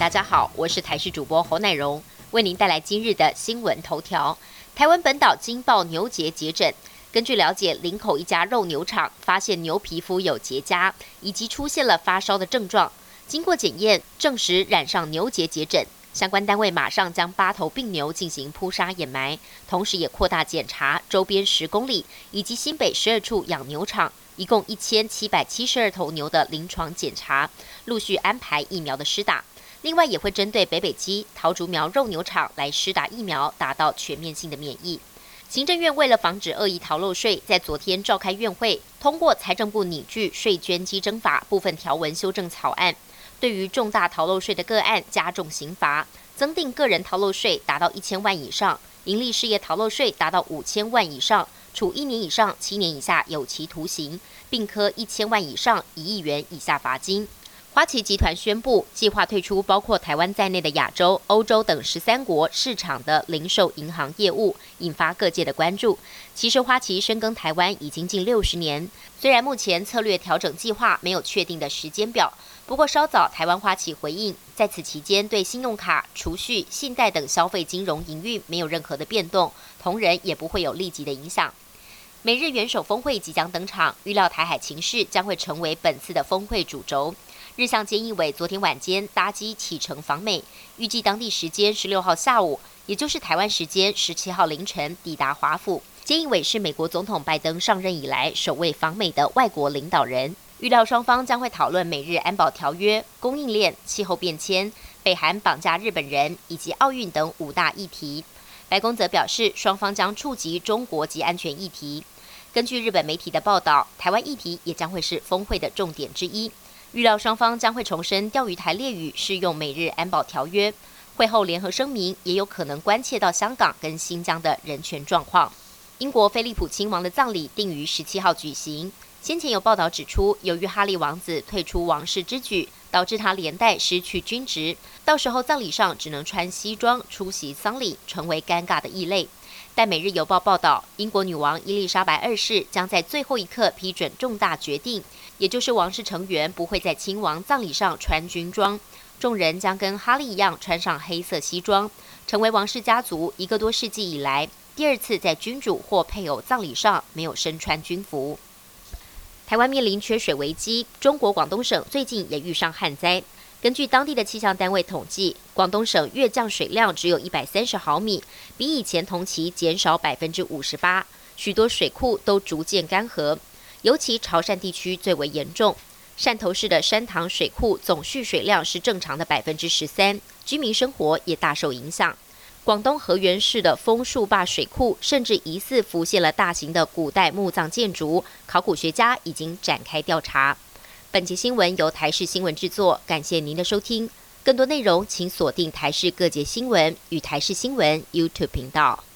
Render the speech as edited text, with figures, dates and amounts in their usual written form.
大家好，我是台视主播侯乃荣，为您带来今日的新闻头条。台湾本岛惊爆牛节结诊，根据了解，林口一家肉牛场发现牛皮肤有结痂，以及出现了发烧的症状。经过检验，证实染上牛节结诊。相关单位马上将8头病牛进行扑杀掩埋，同时也扩大检查周边10公里以及新北12处养牛场，一共1772头牛的临床检查，陆续安排疫苗的施打。另外也会针对北基、桃竹苗肉牛场来施打疫苗，达到全面性的免疫。行政院为了防止恶意逃漏税，在昨天召开院会，通过财政部拟具税捐稽征法部分条文修正草案，对于重大逃漏税的个案加重刑罚，增订个人逃漏税达到1000万以上，营利事业逃漏税达到5000万以上，处1年以上7年以下有期徒刑，并科1000万以上1亿元以下罚金。花旗集团宣布，计划退出包括台湾在内的亚洲、欧洲等13国市场的零售银行业务，引发各界的关注。其实花旗深耕台湾已经近60年，虽然目前策略调整计划没有确定的时间表，不过稍早台湾花旗回应，在此期间对信用卡、储蓄、信贷等消费金融营运没有任何的变动，同仁也不会有立即的影响。美日元首峰会即将登场，预料台海情势将会成为本次的峰会主轴。日向菅义伟昨天晚间搭机启程访美，预计当地时间16号下午，也就是台湾时间17号凌晨抵达华府。菅义伟是美国总统拜登上任以来首位访美的外国领导人。预料双方将会讨论美日安保条约、供应链、气候变迁、北韩绑架日本人以及奥运等5大议题。白宫则表示，双方将触及中国及安全议题。根据日本媒体的报道，台湾议题也将会是峰会的重点之一。预料双方将会重申钓鱼台列屿适用美日安保条约，会后联合声明也有可能关切到香港跟新疆的人权状况。英国菲利普亲王的葬礼定于17号举行。先前有报道指出，由于哈利王子退出王室之举，导致他连带失去军职，到时候葬礼上只能穿西装出席丧礼，成为尴尬的异类。但《每日邮报》报道，英国女王伊丽莎白2世将在最后一刻批准重大决定，也就是王室成员不会在亲王葬礼上穿军装，众人将跟哈利一样穿上黑色西装，成为王室家族1个多世纪以来第2次在君主或配偶葬礼上没有身穿军服。台湾面临缺水危机，中国广东省最近也遇上旱灾。根据当地的气象单位统计，广东省月降水量只有130毫米，比以前同期减少58%，许多水库都逐渐干涸，尤其潮汕地区最为严重。汕头市的山塘水库总蓄水量是正常的13%，居民生活也大受影响。广东河源市的枫树坝水库甚至疑似浮现了大型的古代墓葬建筑，考古学家已经展开调查。本节新闻由台视新闻制作，感谢您的收听。更多内容请锁定台视各节新闻与台视新闻 YouTube 频道。